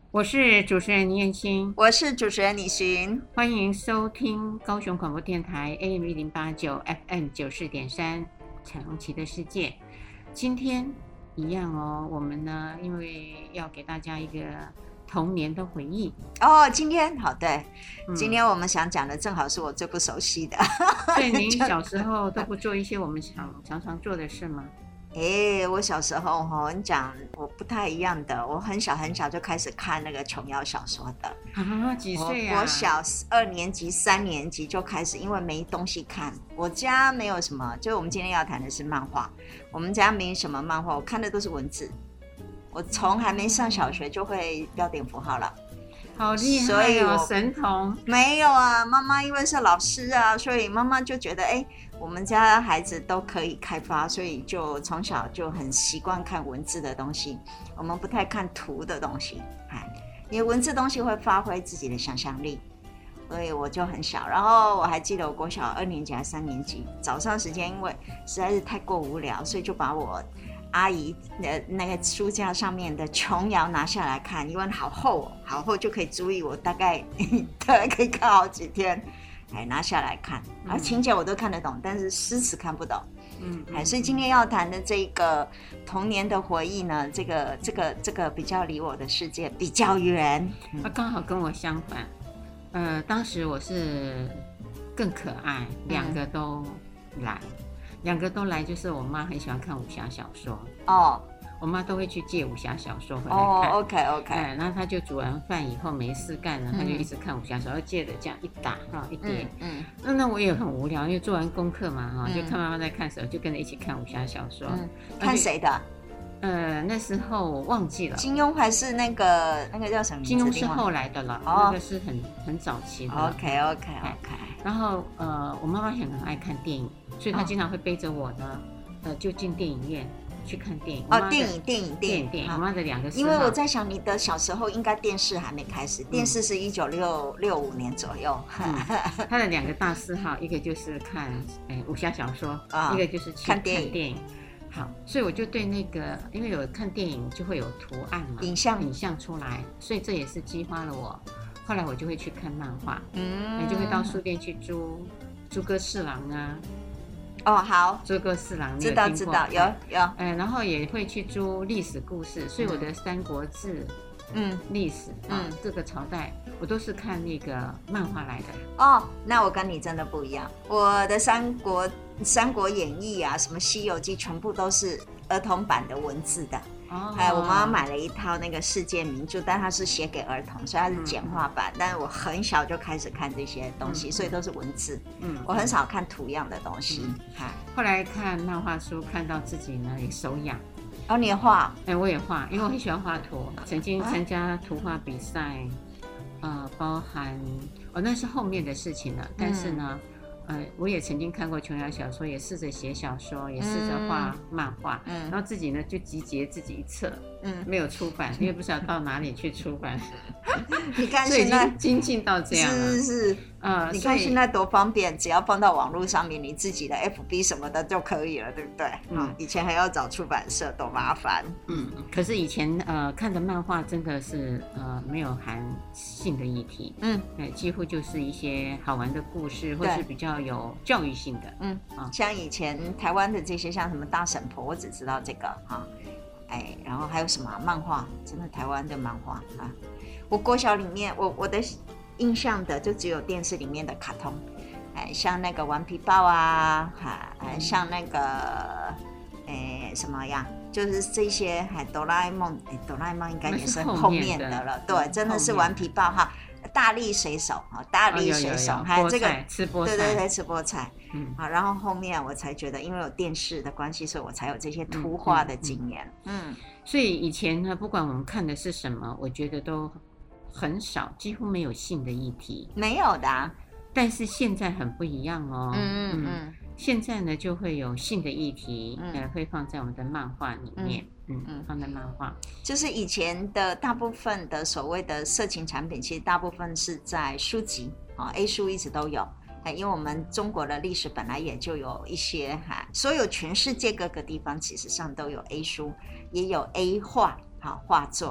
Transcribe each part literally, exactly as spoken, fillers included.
我是主持人倪燕青， 我是主持人李寻， 欢迎收听高雄广播电台 A M 一零八九 F M 九四点三彩虹旗的世界。今天一样哦，我们呢，因为要给大家一个童年的回忆哦。今天好，对、 嗯， 今天我们想讲的正好是我最不熟悉的。 所以您小时候都不做一些我们常常常做的事吗？ 哎，我小时候哈，你讲我不太一样的，我很小很小就开始看那个琼瑶小说的。 啊，几岁啊？ 我小二年级、三年级就开始，因为没东西看。我家没有什么，就我们今天要谈的是漫画。我们家没什么漫画，我看的都是文字。我从还没上小学就会标点符号了。 好厉害哦，所以我神童。 没有啊，妈妈因为是老师啊，所以妈妈就觉得哎，我们家孩子都可以开发，所以就从小就很习惯看文字的东西，我们不太看图的东西。因为文字东西会发挥自己的想象力，所以我就很小。然后我还记得我国小二年级还是三年级，早上时间因为实在是太过无聊，所以就把我阿姨的那个书架上面的琼瑶拿下来看，因为好厚哦，好厚就可以足以我大概大概可以看好几天，哎，拿下来看，然后情节我都看得懂，但是诗词看不懂。嗯，哎，所以今天要谈的这个童年的回忆呢，这个这个这个比较离我的世界比较远。 他、嗯、刚好跟我相反，呃，当时我是更可爱，两个都来。嗯两个都来，就是我妈很喜欢看武侠小说哦，我妈都会去借武侠小说回来看。 哦 ，OK OK， 哎，然后她就煮完饭以后没事干了，她、嗯、就一直看武侠小说，借着这样一打哈一叠。嗯，那、嗯、那我也很无聊，因为做完功课嘛哈、嗯，就看妈妈在看什么，就跟着一起看武侠小说。 嗯，看谁的？ 呃，那时候我忘记了， 金庸还是那个那个叫什么名字？ 金庸是后来的了，哦、那个是很很早期的。 OK OK OK。 然后呃，我妈妈很爱看电影，所以她经常会背着我呢，呃，就进电影院去看电影。 哦，电影电影电影电影，我妈的两个。 因为我在想，你的小时候应该电视还没开始，电视是一九六六五年左右。 嗯、她的两个大嗜好，一个就是看哎武侠小说，哦、一个就是去看电影。电影好，所以我就对那个，因为有看电影就会有图案嘛， 影像影像出来，所以这也是激发了我。后来我就会去看漫画，嗯，就会到书店去租《诸葛四郎》啊。 哦，好， 诸葛四郎， 知道知道，有有。 嗯，然后也会去租历史故事，所以我的《三国志》嗯历史嗯这个朝代我都是看那个漫画来的。 哦，那我跟你真的不一样，我的三国《三国演义》啊，什么《西游记》，全部都是儿童版的文字的。哦，还有我妈妈买了一套那个世界名著，但它是写给儿童，所以它是简化版。嗯、但是我很小就开始看这些东西，嗯、所以都是文字。嗯，我很少看图样的东西。 嗯、后来看漫画书，看到自己呢也手痒。 哦，你也画？ 哎，我也画，因为我很喜欢画图，曾经参加图画比赛，呃，包含哦那是后面的事情了。但是呢。嗯呃，我也曾经看过琼瑶小说，也试着写小说，也试着画漫画，嗯，然后自己呢就集结自己一册，嗯，没有出版，因为不知道到哪里去出版。 你看现在精进到这样了， 是是是，呃，你看现在多方便，只要放到网络上面，你自己的 F B 什么的就可以了，对不对？嗯，以前还要找出版社，多麻烦。 嗯，可是以前呃看的漫画真的是呃没有含性的议题，嗯，对，几乎就是一些好玩的故事，或是比较有教育性的， 嗯啊，像以前台湾的这些像什么大婶婆，我只知道这个哈，哎，然后还有什么漫画，真的台湾的漫画啊，我国小里面我我的印象的就只有电视里面的卡通，哎，像那个顽皮豹啊，哈，像那个哎什么呀，就是这些，还哆啦 A 梦，哎，哆啦 A 梦应该也是后面的了，对，真的是顽皮豹哈。大力水手啊，大力水手，还、 哦、这个吃菠菜， 对对对，吃菠菜，嗯啊，然后后面我才觉得，因为有电视的关系，所以我才有这些图画的经验，嗯， 嗯嗯所以以前呢，不管我们看的是什么，我觉得都很少，几乎没有性的议题， 没有的、啊， 但是现在很不一样哦，嗯嗯嗯。 嗯现在呢，就会有性的议题，嗯、呃，会放在我们的漫画里面，嗯嗯，放在漫画。 就是以前的大部分的所谓的色情产品，其实大部分是在书籍啊、哦、，A 书一直都有，因为我们中国的历史本来也就有一些哈，所有全世界各个地方其实上都有 A 书，也有 A 画，好画作。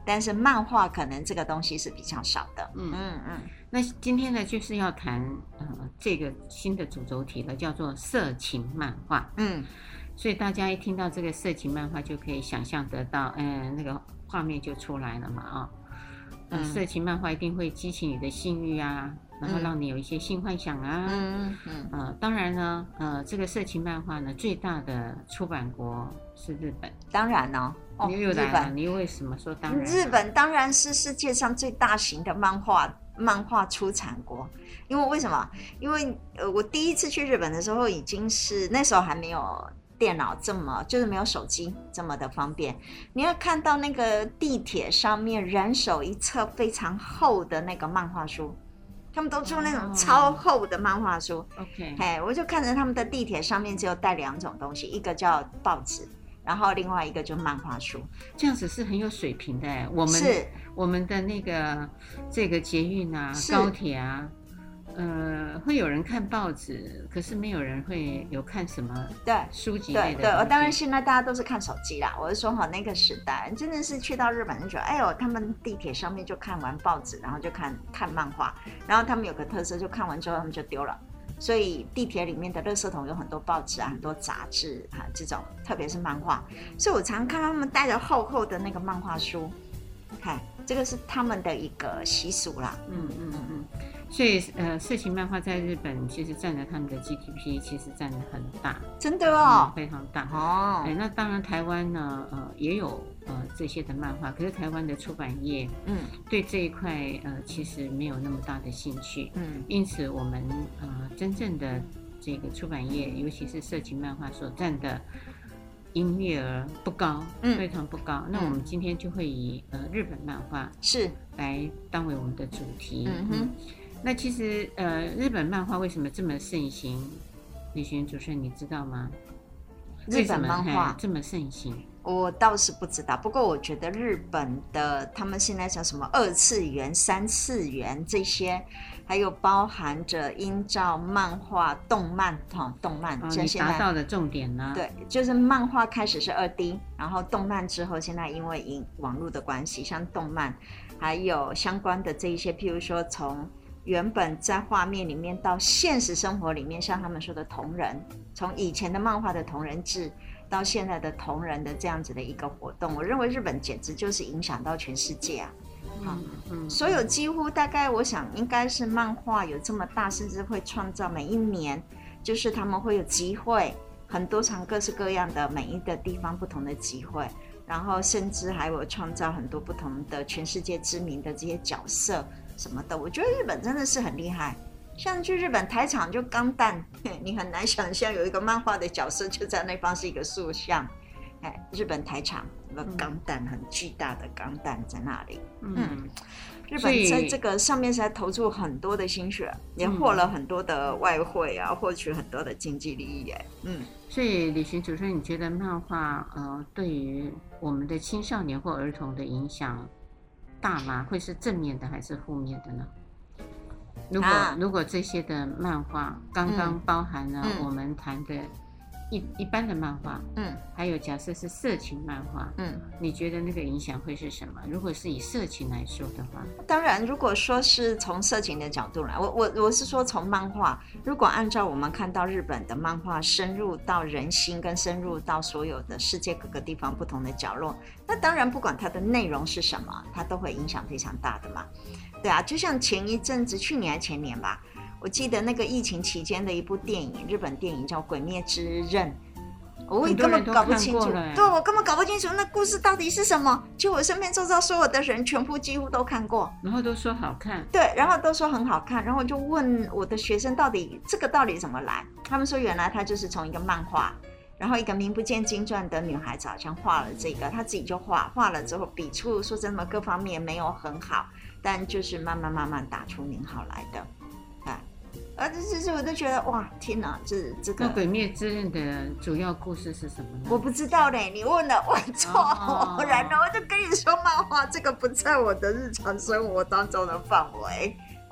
但是漫画可能这个东西是比较少的。嗯嗯嗯。 那今天呢，就是要谈呃这个新的主轴题了，叫做色情漫画。嗯，所以大家一听到这个色情漫画，就可以想象得到，嗯、呃，那个画面就出来了嘛啊、哦。呃、嗯，色情漫画一定会激起你的性欲啊，然后让你有一些性幻想啊。嗯嗯。呃，当然呢，呃，这个色情漫画呢，最大的出版国是日本。 当然呢、 哦，你又来了，你为什么说当然？ 日本当然是世界上最大型的漫画。漫画出产国，因为为什么？因为呃，我第一次去日本的时候，已经是那时候还没有电脑这么，就是没有手机这么的方便。你要看到那个地铁上面人手一册非常厚的那个漫画书，他们都出那种超厚的漫画书。 OK， 哎，我就看着他们的地铁上面只有带两种东西，一个叫报纸。然后另外一个就漫画书， 这样子是很有水平的哎。我们是我们的那个这个捷运啊、高铁啊，呃，会有人看报纸，可是没有人会有看什么对书籍类的。 对对，当然现在大家都是看手机啦。我是说哈，那个时代真的是去到日本就觉得，哎呦，他们地铁上面就看完报纸，然后就看看漫画，然后他们有个特色，就看完之后他们就丢了。所以地铁里面的垃圾桶有很多报纸啊，很多杂志啊，这种特别是漫画，所以我常看他们带着厚厚的那个漫画书，看这个是他们的一个习俗啦。嗯嗯嗯，所以呃，色情漫画在日本其实占了他们的 G D P， 其实占得很大， 真的哦， 嗯、非常大哦。哎，那当然台湾呢，呃，也有呃这些的漫画，可是台湾的出版业，嗯，对这一块呃其实没有那么大的兴趣，嗯，因此我们呃真正的这个出版业，尤其是色情漫画所占的营业额不高，嗯，非常不高。嗯、那我们今天就会以呃日本漫画是来当为我们的主题。嗯哼，嗯那其实呃日本漫画为什么这么盛行？李璇主持人你知道吗？ 日本漫画这么盛行？ 我倒是不知道，不过我觉得日本的他们现在叫什么二次元、三次元这些，还有包含着映照、漫画、动漫哈、哦，动漫。 哦，你达到的重点呢？ 对，就是漫画开始是二 D， 然后动漫之后，现在因为因网络的关系，像动漫还有相关的这一些，譬如说从原本在画面里面到现实生活里面，像他们说的同人，从以前的漫画的同人志到现在的同人的这样子的一个活动，我认为日本简直就是影响到全世界啊！嗯嗯，所有几乎大概我想应该是漫画有这么大，甚至会创造每一年，就是他们会有集会，很多场各式各样的每一个地方不同的集会，然后甚至还有创造很多不同的全世界知名的这些角色什么的。我觉得日本真的是很厉害。像去日本台场就钢弹，你很难想象有一个漫画的角色就在那方是一个塑像。哎，日本台场有个钢弹，很巨大的钢弹在那里。嗯，日本在这个上面实在投注很多的心血，也获了很多的外汇啊，获取很多的经济利益。哎，嗯， 所以李寻主任，你觉得漫画呃对于我们的青少年或儿童的影响大吗？会是正面的还是负面的呢？如果、啊、如果这些的漫画刚刚包含了我们谈的一、嗯、一般的漫画，嗯，还有假设是色情漫画，嗯，你觉得那个影响会是什么？如果是以色情来说的话， 当然，如果说是从色情的角度来，我我我是说从漫画，如果按照我们看到日本的漫画深入到人心，跟深入到所有的世界各个地方不同的角落，那当然不管它的内容是什么，它都会影响非常大的嘛。对啊，就像前一阵子，去年还前年吧，我记得那个疫情期间的一部电影，日本电影叫《鬼灭之刃》，我根本搞不清楚，对，我根本搞不清楚那故事到底是什么。就我身边周遭所有的人，全部几乎都看过， 然后都说好看， 对，然后都说很好看，然后我就问我的学生，到底这个到底怎么来？他们说原来他就是从一个漫画。然后一个名不见经传的女孩子好像画了这个，她自己就画，画了之后笔触说真的各方面没有很好，但就是慢慢慢慢打出名号来的，啊，而这这我都觉得哇，天哪，这这个。 那《鬼灭之刃》的主要故事是什么呢？ 我不知道嘞，你问了我错，哦、然后我就跟你说，漫画这个不在我的日常生活当中的范围。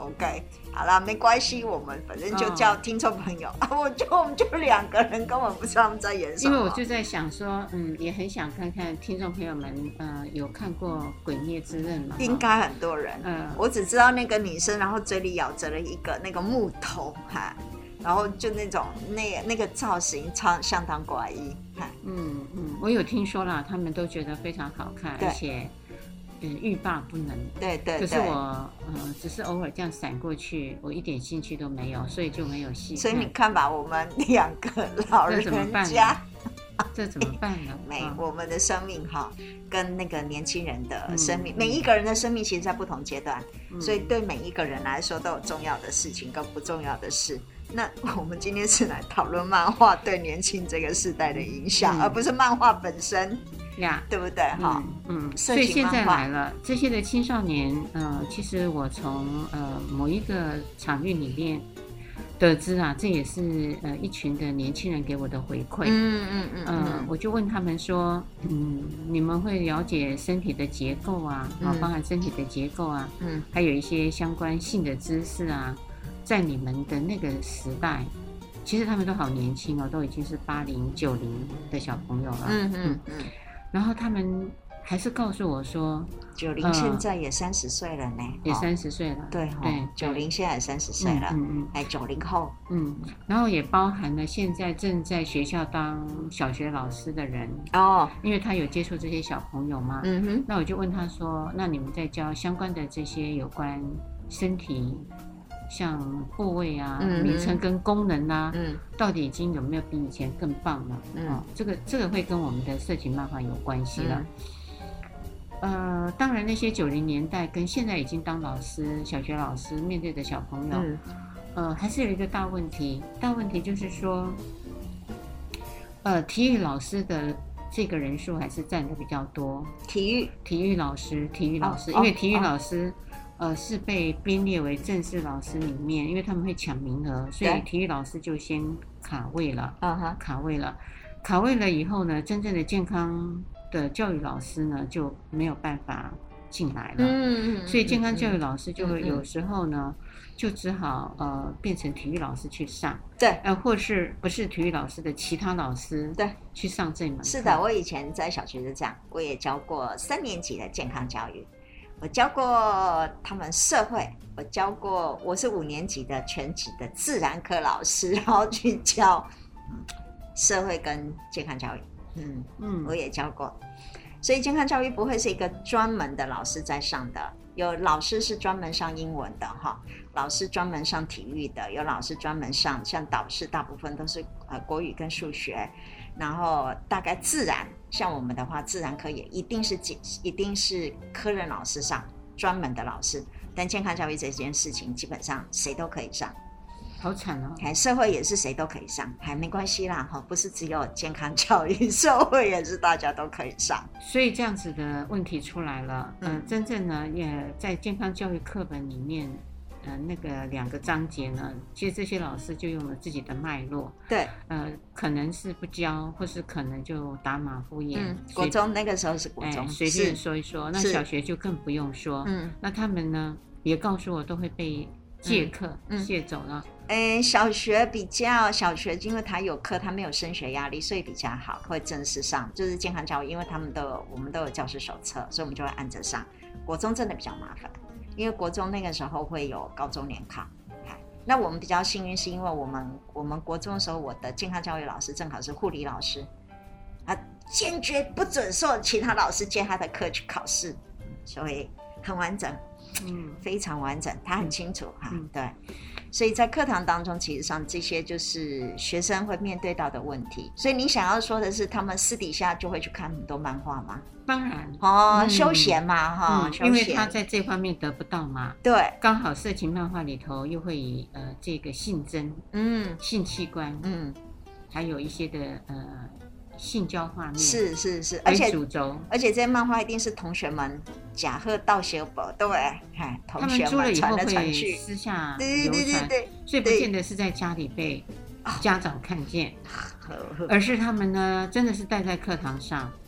OK， 好啦，没关系，我们反正就叫听众朋友、哦、啊，我就我们就两个人，根本不知道他们在演什么。 因为我就在想说，嗯，也很想看看听众朋友们，呃，有看过《鬼灭之刃》吗？ 应该很多人。嗯，我只知道那个女生，然后嘴里咬着了一个那个木头，哈，然后就那种那那个造型超相当怪异。 嗯嗯，我有听说啦，他们都觉得非常好看，而且。嗯，欲罢不能。 对对对。 可是我，呃，只是偶尔这样闪过去，我一点兴趣都没有，所以就没有戏看。 所以你看吧，我们两个老人家， 这怎么办呢？ 没，我们的生命哈，跟那个年轻人的生命，嗯、每一个人的生命其实在不同阶段，嗯、所以对每一个人来说都有重要的事情跟不重要的事。那我们今天是来讨论漫画对年轻这个世代的影响，嗯、而不是漫画本身。呀，对不对？哈， 嗯，嗯，所以现在来了这些的青少年，呃，其实我从呃某一个场域里面得知啊，这也是呃一群的年轻人给我的回馈。嗯嗯嗯，呃，我就问他们说，嗯，你们会了解身体的结构啊，啊、嗯，包含身体的结构啊，嗯，还有一些相关性的知识啊，在你们的那个时代。其实他们都好年轻哦，都已经是八零九零的小朋友了。嗯嗯嗯。然后他们还是告诉我说， 九零现在也三十岁了呢，呃、 也三十岁了。 对对，九零现在也三十岁了。嗯嗯。哎，九零后。 嗯。然后也包含了现在正在学校当小学老师的人哦， 因为他有接触这些小朋友嘛。嗯哼。那我就问他说：“那你们在教相关的这些有关身体？”像部位啊、嗯、名称跟功能啊、嗯，到底已经有没有比以前更棒了？嗯，哦、这个这个会跟我们的色情漫画有关系了。嗯、呃，当然那些九零年代跟现在已经当老师、小学老师面对的小朋友，嗯、呃，还是有一个大问题。大问题就是说，呃，体育老师的这个人数还是占的比较多。 体育体育老师，体育老师，哦、因为体育老师。哦呃，是被编列为正式老师里面，因为他们会抢名额，所以体育老师就先卡位了。Uh-huh. 卡位了，卡位了以后呢，真正的健康的教育老师呢就没有办法进来了。嗯，所以健康教育老师就会有时候呢，嗯、就只好呃变成体育老师去上。 对， 呃，或是不是体育老师的其他老师对去上这门课。 是的，我以前在小学就这样，我也教过三年级的健康教育。我教过他们社会，我教过，我是五年级的全职的自然科老师，然后去教、嗯、社会跟健康教育，嗯嗯，我也教过，所以健康教育不会是一个专门的老师在上的，有老师是专门上英文的哈，老师专门上体育的，有老师专门上，像导师大部分都是呃国语跟数学。然后大概自然，像我们的话，自然科也一定是一定是科任老师上，专门的老师。但健康教育这件事情，基本上谁都可以上。 好惨哦！ 还社会也是谁都可以上，还没关系啦哈，不是只有健康教育，社会也是大家都可以上。 所以这样子的问题出来了，嗯、呃，真正呢也在健康教育课本里面。呃，那个两个章节呢，其实这些老师就用了自己的脉络， 对， 呃，可能是不教，或是可能就打马虎眼。 嗯，国中那个时候是国中， 随、欸、便说一说。那小学就更不用说。嗯，那他们呢也告诉我都会被借课、嗯、借走了。 哎、欸，小学比较小学，因为他有课，他没有升学压力，所以比较好，会正式上，就是健康教育，因为他们都有我们都有教师手册，所以我们就会按着上。国中真的比较麻烦。因为国中那个时候会有高中联考，那我们比较幸运是因为我们我们国中的时候，我的健康教育老师正好是护理老师，他坚决不准受其他老师接他的课去考试，所以很完整，嗯，非常完整，他很清楚哈、嗯，对。所以在课堂当中，其实上这些就是学生会面对到的问题。所以你想要说的是，他们私底下就会去看很多漫画吗？ 当然哦、嗯，休闲嘛哈、嗯， 因为他在这方面得不到嘛。 对， 刚好色情漫画里头又会以呃这个性征、嗯，性器官，嗯，还有一些的呃性交画面， 是是是，而且主轴， 而且这些漫画一定是同学们假贺道学本，对不对？同学们传来传去， 私下流传，所以不见得是在家里被家长看见，而是他们呢真的是带在课堂上，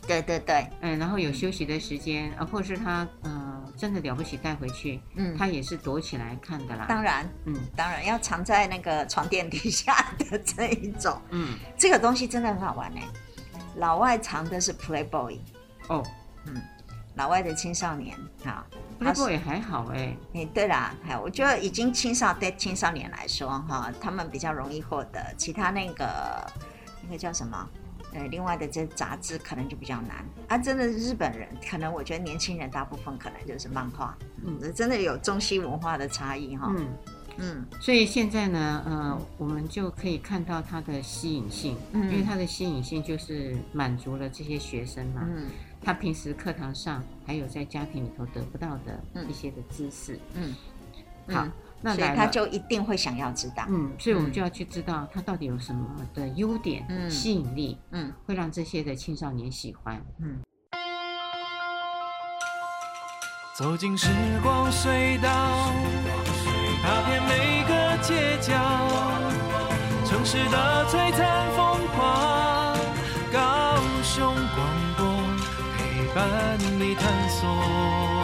对对对， 嗯，然后有休息的时间，呃，或者是他呃真的了不起带回去，嗯，他也是躲起来看的啦。 当然，嗯，当然要藏在那个床垫底下的这一种，嗯，这个东西真的很好玩哎。老外藏的是 Playboy， 哦，嗯，老外的青少年啊 ，Playboy 也还好哎。 哎，对啦，我觉得已经青少对青少年来说哈，他们比较容易获得，其他那个那个叫什么？呃，另外的这杂志可能就比较难啊。真的日本人，可能我觉得年轻人大部分可能就是漫画，嗯，真的有中西文化的差异哈。嗯嗯，所以现在呢，呃，我们就可以看到它的吸引性，嗯，因为它的吸引性就是满足了这些学生嘛，嗯，他平时课堂上还有在家庭里头得不到的一些的知识，嗯，好。 所以他就一定会想要知道， 嗯，所以我们就要去知道他到底有什么的优点、嗯、吸引力，嗯，会让这些的青少年喜欢，嗯。走进时光隧道，踏遍每个街角，城市的璀璨风华，高雄广播陪伴你探索。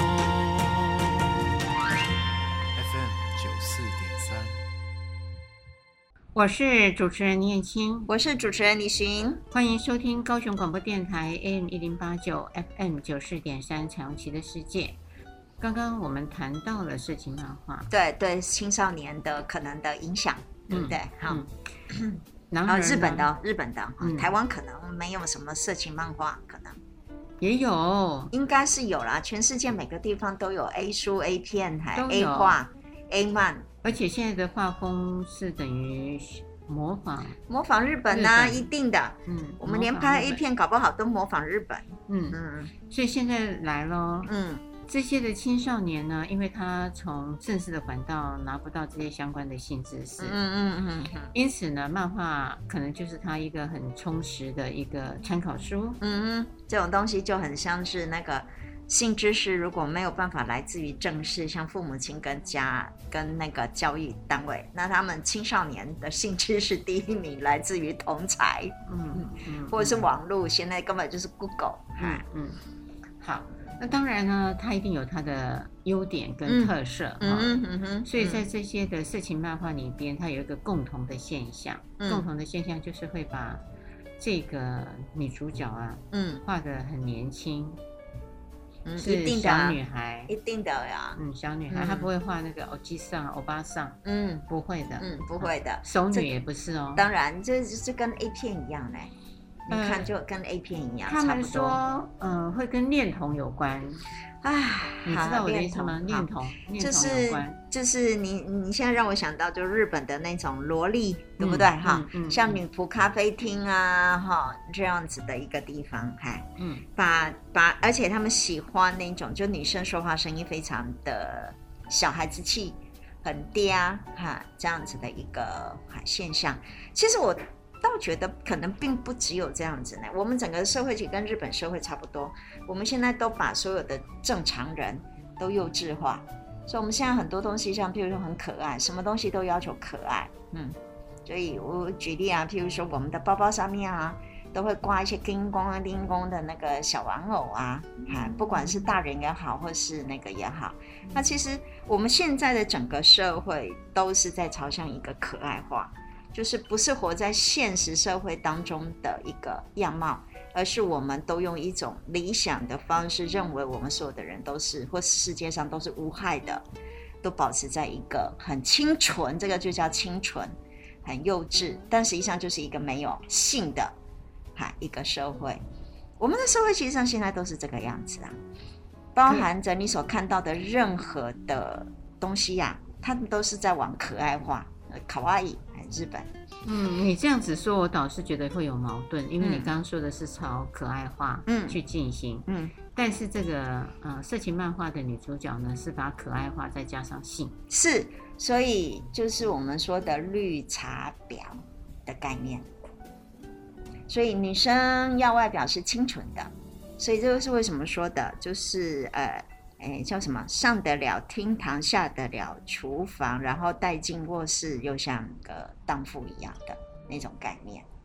我是主持人倪燕青， 我是主持人李寻， 欢迎收听高雄广播电台 A M 一零八九 F M 九四点三彩虹旗的世界。刚刚我们谈到了色情漫画， 对对，青少年的可能的影响，对不对？好、嗯，然后日本的日本的、嗯，台湾可能没有什么色情漫画，可能也有， 应该是有啦。全世界每个地方都有 A 书、A 片、还 A 画、A 漫。 而且现在的画风是等于模仿模仿日本啊，一定的。嗯，我们连拍 A 片搞不好都模仿日本。 嗯嗯，所以现在来咯，嗯，这些的青少年呢，因为他从正式的管道拿不到这些相关的性知识，嗯嗯嗯嗯，因此呢，漫画可能就是他一个很充实的一个参考书。 嗯，这种东西就很像是那个。性知识如果没有办法来自于正式，像父母亲跟家跟那个教育单位，那他们青少年的性知识第一名来自于同侪，嗯嗯，或者是网络，现在根本就是 Google， 嗯嗯， 好，那当然呢，它一定有它的优点跟特色，嗯嗯嗯哼，所以在这些的色情漫画里边，它有一个共同的现象，嗯、共同的现象就是会把这个女主角啊，嗯，画得很年轻。 嗯， 是小女孩， 一定的呀。 嗯，小女孩，嗯、她不会画那个欧吉桑、欧巴桑，嗯，不会的， 嗯，不会的。 熟女也不是哦。 当然，这这跟 A 片一样嘞，你看就跟 A 片一样。 他们说，嗯、呃，会跟恋童有关。唉，你知道我的意思吗？恋童， 就是就是你你现在让我想到，就日本的那种萝莉，对不对？哈、嗯嗯嗯，像女仆咖啡厅啊，哈这样子的一个地方，嗨，嗯，把把，而且他们喜欢那种，就女生说话声音非常的小孩子气，很嗲哈，这样子的一个现象。其实我倒觉得可能并不只有这样子呢，我们整个社会其实跟日本社会差不多，我们现在都把所有的正常人都幼稚化，所以我们现在很多东西像譬如说很可爱，什么东西都要求可爱，嗯，所以我举例啊，譬如说我们的包包上面啊都会挂一些叮咣啊叮咣的那个小玩偶啊，不管是大人也好或是那个也好，那其实我们现在的整个社会都是在朝向一个可爱化，就是不是活在现实社会当中的一个样貌，而是我们都用一种理想的方式认为我们所有的人都是或世界上都是无害的，都保持在一个很清纯，这个就叫清纯，很幼稚，但实际上就是一个没有性的一个社会。我们的社会其实上现在都是这个样子啊，包含着你所看到的任何的东西呀、啊，他们都是在往可爱化，卡哇伊日本。 嗯，你这样子说，我倒是觉得会有矛盾，因为你刚刚说的是朝可爱化去进行，嗯，但是这个呃色情漫画的女主角呢，是把可爱化再加上性， 是，所以就是我们说的绿茶婊的概念。所以女生要外表是清纯的，所以这个是为什么说的，就是呃。哎，叫什么？上得了厅堂，下得了厨房，然后带进卧室，又像个荡妇一样的那种概念。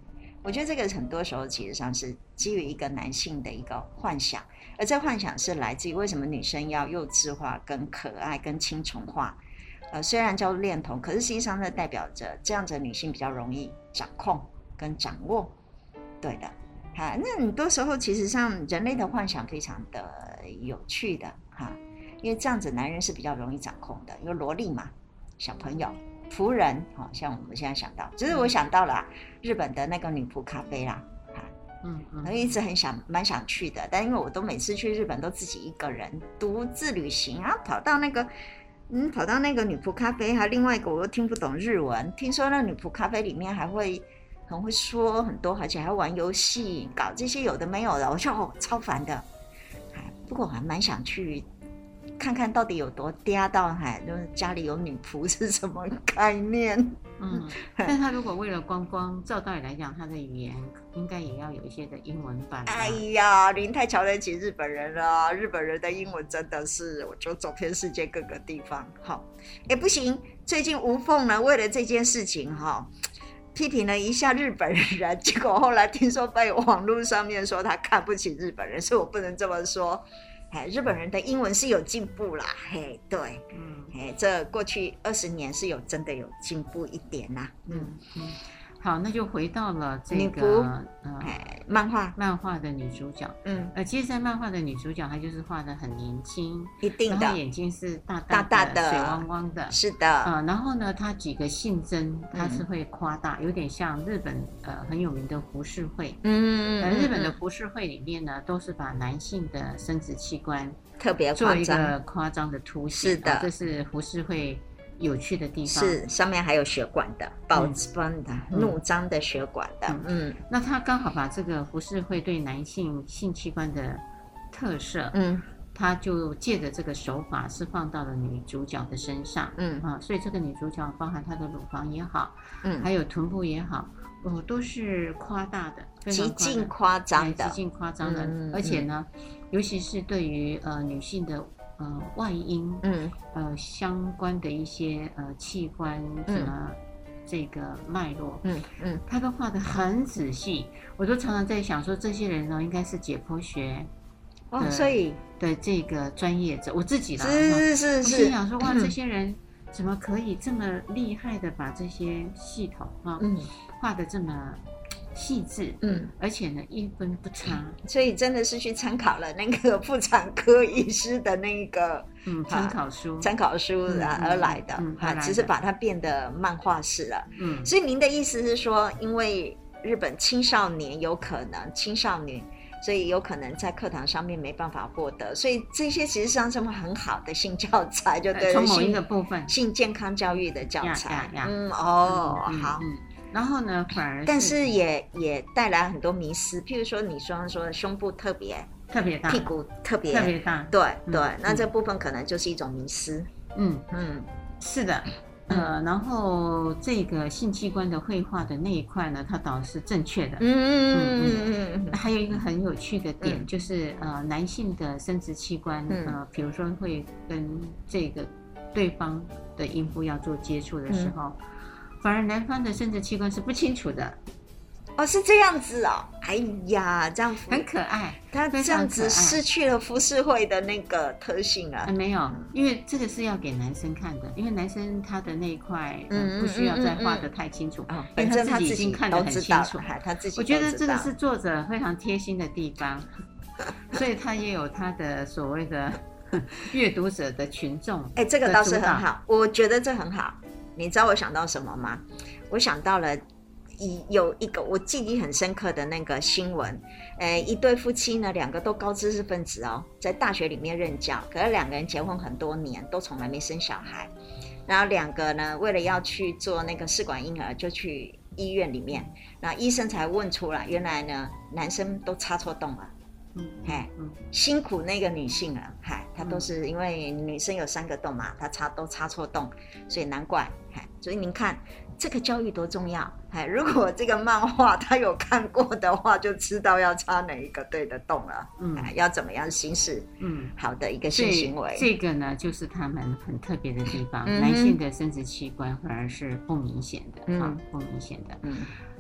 我觉得这个很多时候其实上是基于一个男性的一个幻想，而这幻想是来自于为什么女生要幼稚化、跟可爱、跟青虫化。呃，虽然叫恋童，可是实际上这代表着这样子的女性比较容易掌控跟掌握。对的，哈，那很多时候其实上人类的幻想非常的有趣的哈，因为这样子男人是比较容易掌控的，因为萝莉嘛，小朋友。仆人，好像我们现在想到，只是我想到了、啊、日本的那个女仆咖啡啦，嗯嗯，我一直很想蛮想去的，但因为我都每次去日本都自己一个人独自旅行，然后跑到那个嗯跑到那个女仆咖啡，还有另外一个我又听不懂日文，听说那女仆咖啡里面还会很会说很多，而且还玩游戏，搞这些有的没有的，我就、哦、超烦的。不过我还蛮想去。看看到底有多嗲到海，就是家里有女仆是什么概念？ 嗯，但他如果为了观光，照道理来讲，他的语言应该也要有一些的英文版。 哎呀，您太瞧得起日本人了，日本人的英文真的是，我就走遍世界各个地方。好，哎不行，最近吴凤呢，为了这件事情哈。批评了一下日本人，结果后来听说被网络上面说他看不起日本人，所以我不能这么说。日本人的英文是有进步啦，嘿，对，嗯，嘿，这过去二十年是有真的有进步一点啦，嗯嗯，好，那就回到了这个呃漫画漫画的女主角，嗯，呃，其实，在漫画的女主角，她就是画得很年轻， 一定的， 然后眼睛是大大的、大大的水汪汪的， 是的， 呃，然后呢，她几个性征，她是会夸大，嗯、有点像日本呃很有名的浮世绘，嗯呃，日本的浮世绘里面呢，都是把男性的生殖器官特别做一个夸张的凸显， 是的， 哦、这是浮世绘有趣的地方， 是上面还有血管的，宝斑的、嗯、怒张的血管的，嗯， 嗯那他刚好把这个浮世绘对男性性器官的特色，嗯，他就借着这个手法是放到了女主角的身上，嗯啊，所以这个女主角包含她的乳房也好，嗯，还有臀部也好，哦，都是夸大的， 极尽夸张的， 极尽夸张的，嗯、而且呢，尤其是对于呃女性的。呃，外阴，嗯，呃，相关的一些呃器官什么、嗯、这个脉络，嗯嗯，他都画得很仔细，我都常常在想说，这些人呢，应该是解剖学， 哦，所以的这个专业者，我自己啦， 是是是， 我心想说，哇，这些人怎么可以这么厉害的把这些系统啊，嗯，画得这么。细致，嗯，而且呢一分不差， 所以真的是去参考了那个妇产科医师的那个嗯参考书， 参考书啊而来的，嗯，啊，只是把它变得漫画式了，嗯，所以您的意思是说，因为日本青少年有可能青少女，所以有可能在课堂上面没办法获得，所以这些其实上是很好的性教材，就对了， 从某一个部分性健康教育的教材， 呀呀嗯哦，嗯好。 嗯然后呢，反而是但是也也带来很多迷思，譬如说你刚刚说的胸部特别特别大， 屁股特别特别大， 对对、嗯，那这部分可能就是一种迷思。 嗯嗯，是的，呃，然后这个性器官的绘画的那一块呢，它倒是正确的。嗯嗯嗯嗯。还有一个很有趣的点、嗯、就是呃，男性的生殖器官、嗯、呃，比如说会跟这个对方的阴部要做接触的时候。嗯反而男方的生殖器官是不清楚的， 哦，是这样子哦，哎呀，这样很可爱， 他这样子失去了浮世绘的那个特性啊、 呃。没有，因为这个是要给男生看的，因为男生他的那一块、呃、不需要再画得太清楚，嗯嗯嗯嗯、因为他自己已经看得很清楚。 他自己， 我觉得这个是作者非常贴心的地方，所以他也有他的所谓的阅读者的群众。 哎，这个倒是很好，我觉得这很好。你知道我想到什么吗？我想到了有一个我记忆很深刻的那个新闻，呃，一对夫妻呢，两个都高知识分子哦，在大学里面任教，可是两个人结婚很多年，都从来没生小孩。然后两个呢，为了要去做那个试管婴儿，就去医院里面，然后医生才问出来，原来呢，男生都插错洞了。嗯，哎，嗯，辛苦那个女性了，嗨，她都是因为女生有三个洞嘛，她插都插错洞，所以难怪，嗨，所以您看这个教育多重要，哎，如果这个漫画他有看过的话，就知道要插哪一个对的洞了，嗯，要怎么样行使，嗯，好的一个性行为， 这个呢就是他们很特别的地方，嗯、男性的生殖器官反而是不明显的，嗯、啊，不明显的，嗯。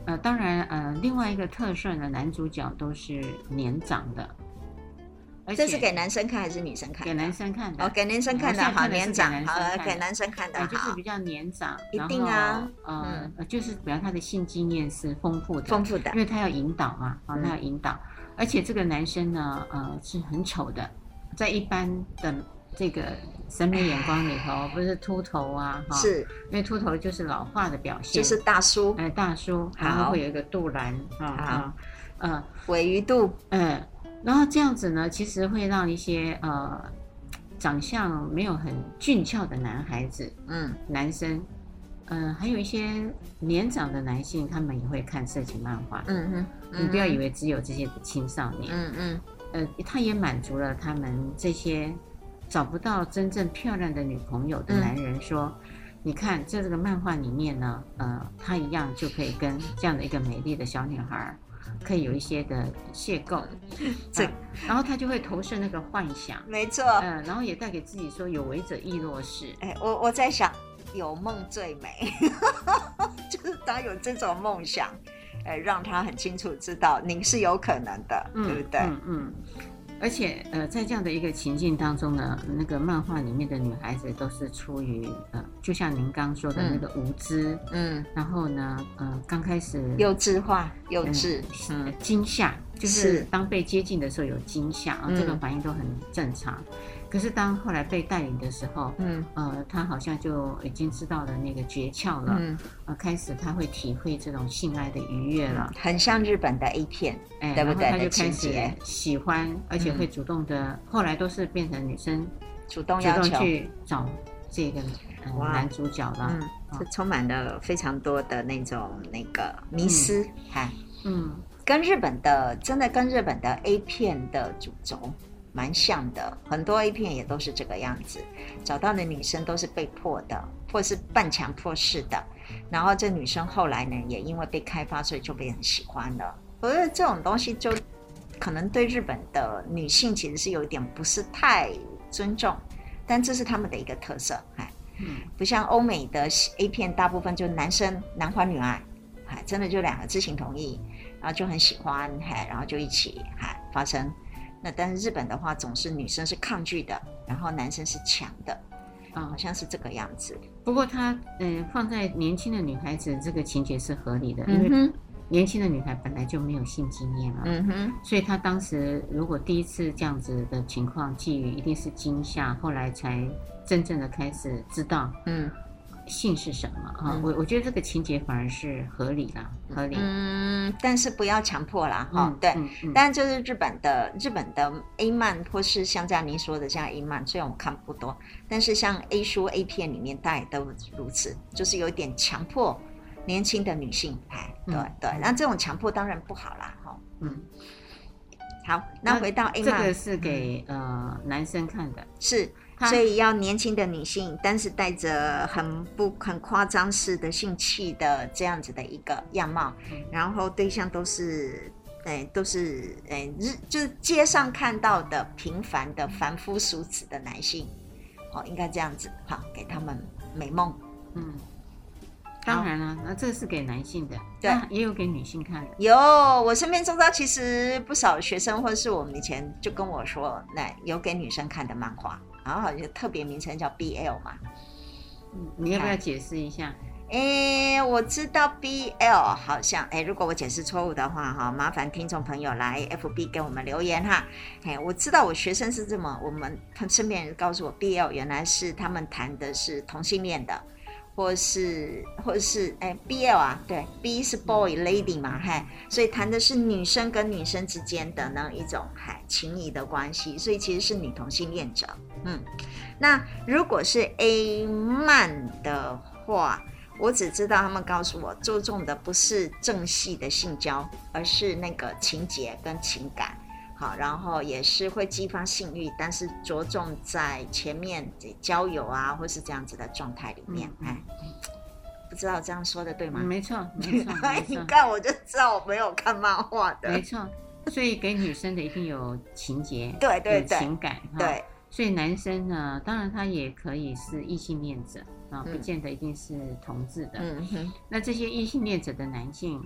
呃，当然，呃，另外一个特色呢，男主角都是年长的，而且这是给男生看还是女生看的？ 给男生看的。 哦，给男生看的，好，年长，好，给男生看的， 好，就是比较年长， 一定啊， 呃，嗯、就是比较他的性经验是丰富的， 丰富的， 因为他要引导嘛，啊、哦，他要引导，嗯、而且这个男生呢，呃，是很丑的，在一般的这个审美眼光里头，不是秃头啊，哈， 是， 因为秃头就是老化的表现， 就是大叔， 哎、呃，大叔，然后会有一个肚腩，啊， 呃，尾鱼肚， 嗯，然后这样子呢，其实会让一些呃长相没有很俊俏的男孩子，嗯，男生，嗯、呃，还有一些年长的男性，他们也会看色情漫画，嗯哼，嗯你不要以为只有这些青少年，嗯嗯，呃，他也满足了他们这些找不到真正漂亮的女朋友的男人说。嗯你看，在这个漫画里面呢，呃，他一样就可以跟这样的一个美丽的小女孩，可以有一些的邂逅，这、呃，然后他就会投射那个幻想， 没错， 嗯、呃，然后也带给自己说有为者亦若是。 哎，我我在想，有梦最美，就是他有这种梦想，哎，让他很清楚知道您是有可能的，嗯、对不对？ 嗯嗯。而且，呃，在这样的一个情境当中呢，那个漫画里面的女孩子都是出于呃，就像您刚说的那个无知，嗯，然后呢，呃，刚开始幼稚化、幼稚， 嗯，惊吓，就是当被接近的时候有惊吓啊，这个反应都很正常。可是当后来被带领的时候，嗯，呃，他好像就已经知道了那个诀窍了，嗯，呃，开始他会体会这种性爱的愉悦了， 很像日本的 A 片，哎，对不对？ 他就开始喜欢，而且会主动的，嗯、后来都是变成女生主动要求主动去找这个、呃、男主角了， 嗯，这、哦、充满了非常多的那种那个迷思，哎、嗯，嗯，跟日本的真的跟日本的 A 片的主轴蛮像的，很多 A 片也都是这个样子，找到的女生都是被迫的，或是半强迫式的，然后这女生后来呢，也因为被开发，所以就被很喜欢了。我觉得这种东西就可能对日本的女性其实是有一点不是太尊重，但这是他们的一个特色，哎，嗯，不像欧美的 A 片，大部分就男生男欢女爱，哎，真的就两个知情同意，然后就很喜欢，哎，然后就一起哎发生。那但是日本的话，总是女生是抗拒的，然后男生是强的，啊、嗯，好像是这个样子。 不过他嗯、呃、放在年轻的女孩子这个情节是合理的，嗯、因为年轻的女孩本来就没有性经验嘛，嗯哼，所以她当时如果第一次这样子的情况际遇，一定是惊吓，后来才真正的开始知道，嗯。性是什么啊、嗯？我我觉得这个情节反而是合理啦，合理。 嗯，但是不要强迫啦，哈、嗯，对。嗯嗯、但就是日本的日本的 A 漫，或是像这样您说的这样 A 漫，虽然我看不多，但是像 A 书 A 片里面，大概都如此，就是有一点强迫年轻的女性，哎，对、嗯、对。那这种强迫当然不好啦，哈。嗯。好，那回到 A 漫， 这个是给、嗯、呃男生看的， 是。所以要年轻的女性，但是带着很不很夸张式的性器的这样子的一个样貌，嗯、然后对象都是，哎，都是哎日就是街上看到的平凡的凡夫俗子的男性，哦，应该这样子，好，给他们美梦，嗯。 当然了，那这是给男性的，对，也有给女性看的。 有，我身边周遭其实不少学生，或者是我们以前就跟我说，那有给女生看的漫画，然后有特别名称叫 B L 嘛。 嗯，你要不要解释一下？ 哎，我知道 B L 好像，哎，如果我解释错误的话，哈，麻烦听众朋友来 F B 给我们留言哈。哎，我知道我学生是这么，我们身边人告诉我 ，B L 原来是他们谈的是同性恋的。或是或是哎 B L 啊，对 B 是 boy lady 嘛，嗨，所以谈的是女生跟女生之间的那一种嗨情谊的关系，所以其实是女同性恋者。嗯，那如果是 A 漫的话，我只知道他们告诉我，注重的不是正系的性交，而是那个情节跟情感。好，然后也是会激发性欲，但是着重在前面交友啊，或是这样子的状态里面。嗯、哎，不知道这样说的对吗？ 嗯、没错，没错。 你看我就知道我没有看漫画的。 没错，所以给女生的一定有情节， 对对对， 有情感。 对， 所以男生呢，当然他也可以是异性恋者啊，不见得一定是同志的。嗯哼。那这些异性恋者的男性，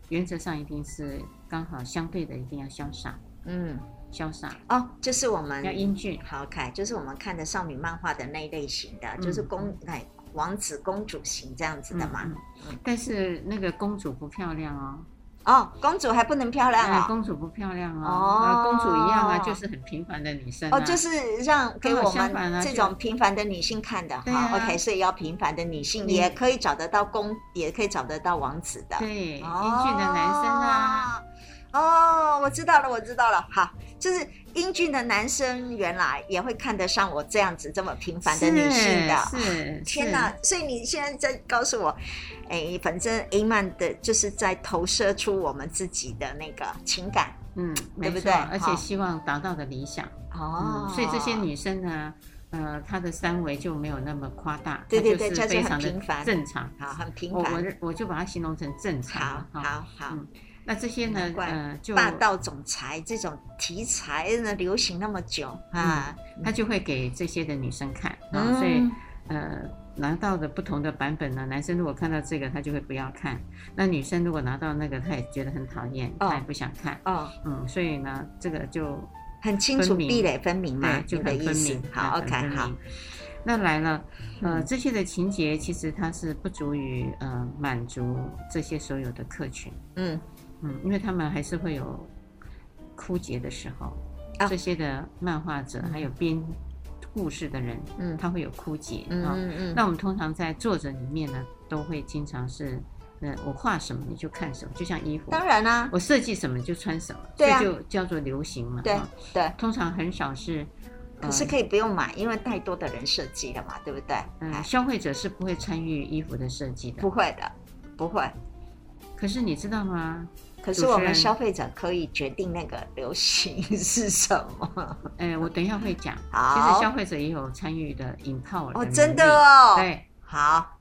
原则上一定是刚好相对的，一定要潇洒，嗯，潇洒哦，就是我们要英俊， 好看，就是我们看的少女漫画的那一类型的，嗯、就是公哎王子公主型这样子的嘛。嗯嗯、但是那个公主不漂亮哦。 哦，公主还不能漂亮啊、哦！ 公主不漂亮啊、哦呃！公主一样啊，就是很平凡的女生、啊、 哦，就是让给我们这种平凡的女性看的。好、啊、，OK， 所以要平凡的女性也可以找得到公，也可以找得到王子的。 对，哦、英俊的男生啊。 哦，我知道了，我知道了。好，就是英俊的男生原来也会看得上我这样子这么平凡的女性的。 是，是天哪！所以你现在在告诉我，哎，反正 A 漫的就是在投射出我们自己的那个情感， 嗯， 对不对？ 而且希望达到的理想。 哦、 嗯，所以这些女生呢，呃，她的三围就没有那么夸大， 对对对， 就是非常的正常， 好，很平凡。 我我我就把它形容成正常。 好，好，好。嗯， 那这些呢？呃，就霸道总裁这种题材呢，流行那么久啊， 嗯、他就会给这些的女生看，嗯、所以呃，拿到的不同的版本呢，男生如果看到这个，他就会不要看；那女生如果拿到那个，他也觉得很讨厌，哦、他也不想看。哦，嗯，所以呢，这个就很清楚壁垒分明嘛， 对，就很分明。 好 ，OK， 好。 那来了，呃，这些的情节其实它是不足以呃满足这些所有的客群。嗯。嗯，因为他们还是会有枯竭的时候，啊、这些的漫画者、嗯、还有编故事的人，嗯，他会有枯竭。嗯嗯嗯。那我们通常在作者里面呢，都会经常是，呃，我画什么你就看什么，就像衣服， 当然啦、啊， 我设计什么就穿什么， 对啊， 这就叫做流行嘛。 对对， 通常很少是。 可是可以不用买，因为太多的人设计了嘛，对不对？ 嗯，消费者是不会参与衣服的设计的， 不会的，不会。 可是你知道吗？ 可是我们消费者可以决定那个流行是什么。 哎，我等一下会讲。其实消费者也有参与的引炮哦，真的哦。 对， 好。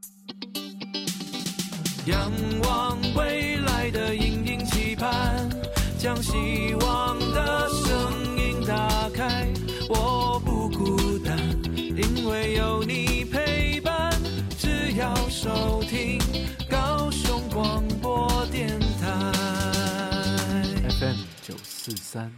仰望未来的隐隐期盼，将希望的声音打开。我不孤单，因为有你陪伴。只要收听高雄广播电台 F M 九四三。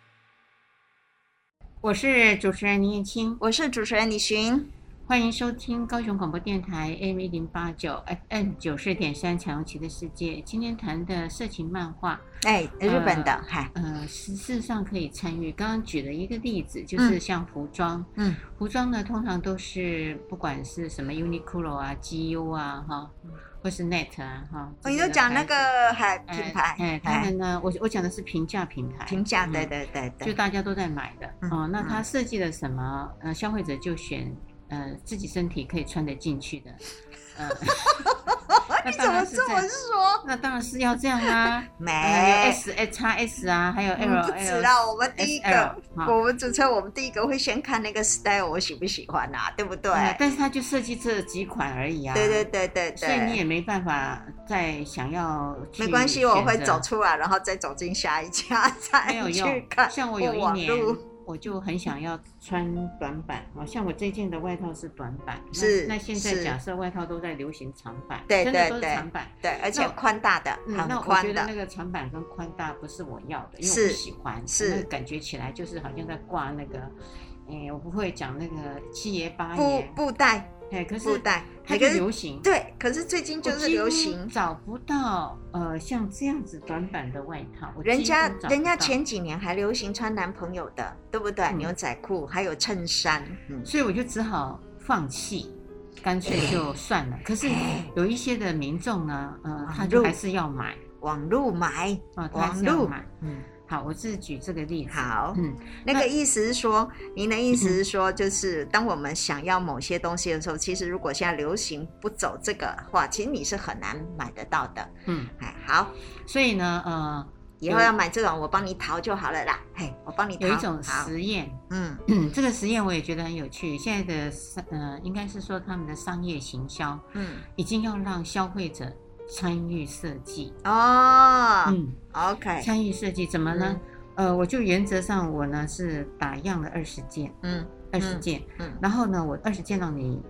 我是主持人林燕青， 我是主持人李寻， 欢迎收听高雄广播电台 A M 一零八九 F M 九四点三彩虹旗的世界。今天谈的色情漫画， 哎，日本的，嗨、 呃，呃，事实上可以参与。刚刚举了一个例子，就是像服装，嗯，服装呢通常都是不管是什么 Uniqlo 啊、G U 啊，哈，或是 Net 啊，哈。 你就讲那个海品牌， 哎，他们呢，我我讲的是平价品牌， 平价，对对对对， 就大家都在买的， 嗯、 哦。那他设计了什么？呃，消费者就选呃自己身体可以穿得进去的，呃。 你怎么这么说？ 那当然是要这样啊， 没、 呃、S X S 啊，还有 L， 不止啦，我们第一个，我们主车我们第一个会先看那个 style， 我喜不喜欢啊，对不对？ 嗯、但是他就设计这几款而已啊， 对对对对对， 所以你也没办法再想要去。 没关系，我会走出来，然后再走进下一家再去看。 像我有一年。我就很想要穿短版，好像我这件的外套是短版， 是那, 那现在假设外套都在流行长版， 对真的都是长版， 对，对而且宽大的， 嗯、 很宽的。 那我觉得那个长版跟宽大不是我要的，因为我不喜欢， 是那个感觉起来就是好像在挂那个，哎，我不会讲那个七爷八爷布布袋。 哎，可是布袋它就流行， 对，可是最近就是流行， 找不到呃像这样子短版的外套， 人家人家前几年还流行穿男朋友的，对不对？嗯、牛仔裤还有衬衫， 嗯，所以我就只好放弃，干脆就算了。可是有一些的民众呢，呃，他就还是要买， 网路买， 哦，他还是要买，嗯。好，我是举这个例子。 好，嗯，那个意思是说，您的意思是说，就是当我们想要某些东西的时候，其实如果现在流行不走这个的话，其实你是很难买得到的。嗯，哎，好， 所以呢，呃， 以后要买这种，我帮你淘就好了啦。嘿，我帮你淘。 有一种实验，嗯嗯，这个实验我也觉得很有趣。现在的呃，应该是说他们的商业行销，嗯，已经要让消费者参与设计哦，嗯 ，OK， 参与设计怎么呢？嗯、呃，我就原则上我呢是打样了二十件，嗯，二十件，嗯，然后呢我二十件让你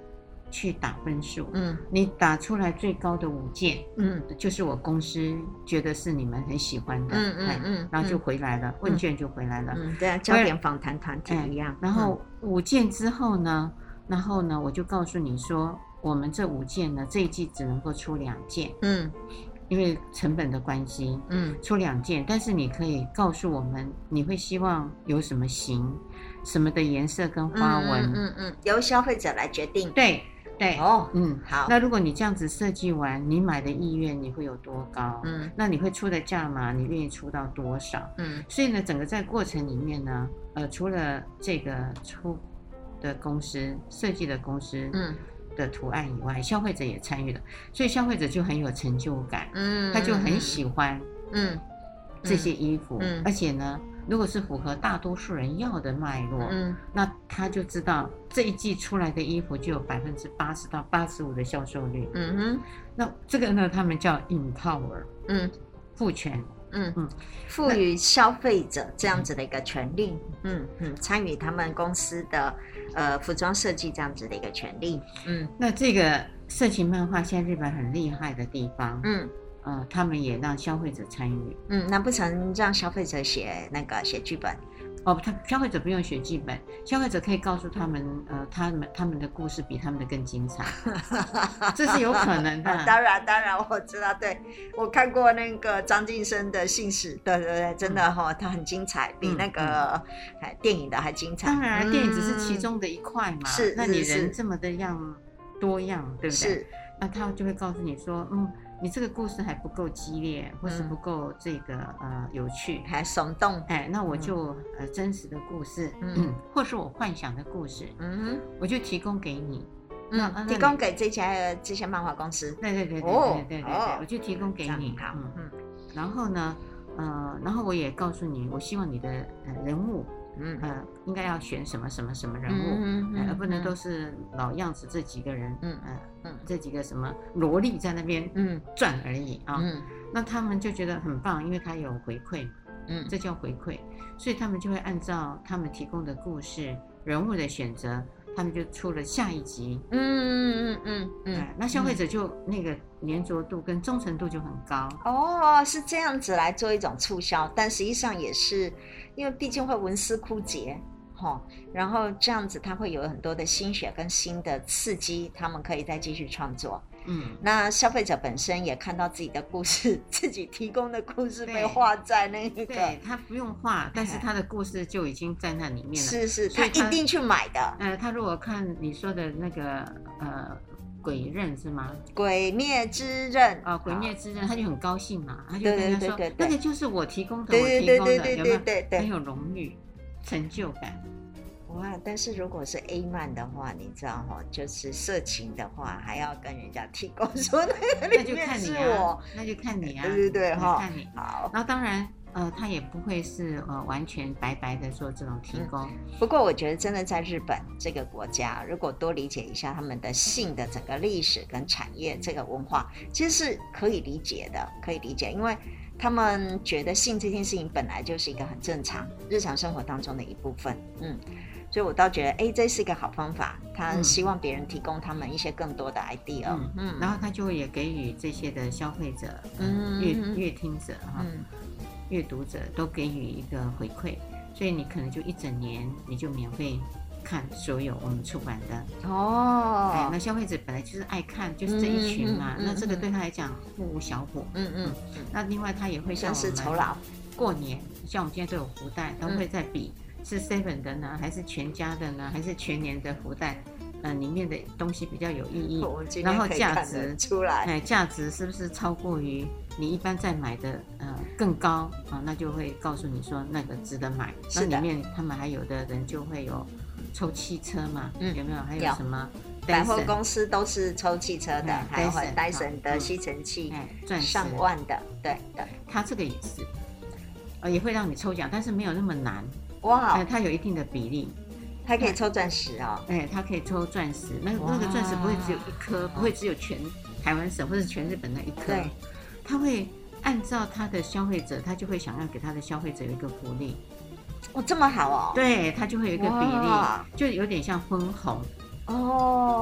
去打分数， 嗯你打出来最高的五件， 嗯就是我公司觉得是你们很喜欢的， 嗯嗯哎嗯然后就回来了，问卷就回来了， 嗯，对啊，焦点访谈团体一样。 然后五件之后呢，然后呢，我就告诉你说，我们这五件呢，这一季只能够出两件， 嗯因为成本的关系， 嗯出两件，但是你可以告诉我们，你会希望有什么型，什么的颜色跟花纹， 嗯嗯嗯，由消费者来决定。 对对， 哦， 嗯， 好， 那如果你这样子设计完，你买的意愿你会有多高？ 嗯那你会出的价码，你愿意出到多少？ 嗯所以呢，整个在过程里面呢，呃，除了这个出的公司设计的公司嗯的图案以外，消费者也参与了，所以消费者就很有成就感， 嗯， 他就很喜欢嗯这些衣服， 嗯而且呢，如果是符合大多数人要的脉络， 嗯那他就知道这一季出来的衣服就有百分之八十到八十五的销售率。 嗯哼那这个呢，他们叫 empower 嗯赋权。 嗯嗯赋予消费者这样子的一个权利，嗯嗯，参与他们公司的呃服装设计这样子的一个权利，嗯那这个色情漫画现在日本很厉害的地方， 嗯呃，他们也让消费者参与。 嗯，难不成让消费者写那个写剧本？ 哦，他消费者不用学剧本，消费者可以告诉他们，呃，他们他们的故事比他们的更精彩，这是有可能的。 当然，当然，我知道，对我看过那个张晋生的姓氏，对对对，真的哈、哦，他很精彩，比那个、嗯、电影的还精彩。 当然， 嗯、 电影只是其中的一块嘛， 是， 那你是人这么的样多样，对不对？ 是， 那他就会告诉你说，嗯。你这个故事还不够激烈，或是不够这个、嗯、呃有趣， 还耸动， 哎，那我就、嗯、呃真实的故事， 嗯， 嗯或是我幻想的故事， 嗯， 我就提供给你， 嗯，提供给这家这些漫画公司， 对对对对哦对对对对， 哦、 我就提供给你， 好，嗯嗯， 然后呢，呃，然后我也告诉你，我希望你的呃人物。嗯呃，应该要选什么什么什么人物，嗯呃、而不能都是老样子这几个人，嗯呃嗯，这几个什么萝莉在那边嗯转而已啊，嗯，那他们就觉得很棒，因为他有回馈，嗯，这叫回馈，所以他们就会按照他们提供的故事人物的选择，他们就出了下一集，嗯嗯嗯嗯，哎，那消费者就那个粘着度跟忠诚度就很高。 哦，是这样子来做一种促销，但实际上也是因为毕竟会文思枯竭，哦，然后这样子它会有很多的心血跟新的刺激，他们可以再继续创作。嗯，那消费者本身也看到自己的故事，自己提供的故事被画在那个， 对，他不用画，但是他的故事就已经在那里面了。 是是，他一定去买的。 呃，他如果看你说的那个呃鬼刃是吗？ 鬼灭之刃啊，鬼灭之刃，他就很高兴嘛，他就跟他说，那个就是我提供的， 对对对对对对对对， 很有荣誉、成就感。 哇！但是如果是 A 漫的话，你知道哈，就是色情的话，还要跟人家提供说那个里面是我， 那就看你啊， 对对对哈， 看你。 好， 然后当然。呃，他也不会是呃完全白白的做这种提供、嗯。 不过我觉得真的在日本这个国家，如果多理解一下他们的性的整个历史跟产业这个文化，其实是可以理解的，可以理解，因为他们觉得性这件事情本来就是一个很正常日常生活当中的一部分。嗯，所以我倒觉得，哎，这是一个好方法。他希望别人提供他们一些更多的 idea， 嗯，嗯然后他就会也给予这些的消费者、嗯、阅阅听者哈。嗯阅读者都给予一个回馈，所以你可能就一整年你就免费看所有我们出版的哦。哎，那消费者本来就是爱看，就是这一群嘛，嗯嗯嗯、那这个对他来讲不无小补。嗯嗯, 嗯。那另外他也会像我们酬劳过年，像我们今天都有福袋，他会在比是 seven 的呢，还是全家的呢，还是全年的福袋。呃，里面的东西比较有意义，然后价值出来， 哎，价值是不是超过于你一般在买的呃更高啊？那就会告诉你说那个值得买。那里面他们还有的人就会有抽汽车嘛，嗯、有没有？还有什么？ 百货公司都是抽汽车的，嗯、还有 Dyson 的吸尘器， 嗯、 上万的，对对。 它这个也是，呃，也会让你抽奖，但是没有那么难。 哇， 呃、它有一定的比例。 它可以抽钻石哦， 哎，它可以抽钻石，那那个钻石不会只有一颗，不会只有全台湾省或者全日本那一颗，它会按照它的消费者，他就会想要给他的消费者有一个福利。 哦，这么好哦？ 对，它就会有一个比例，就有点像分红。 哦，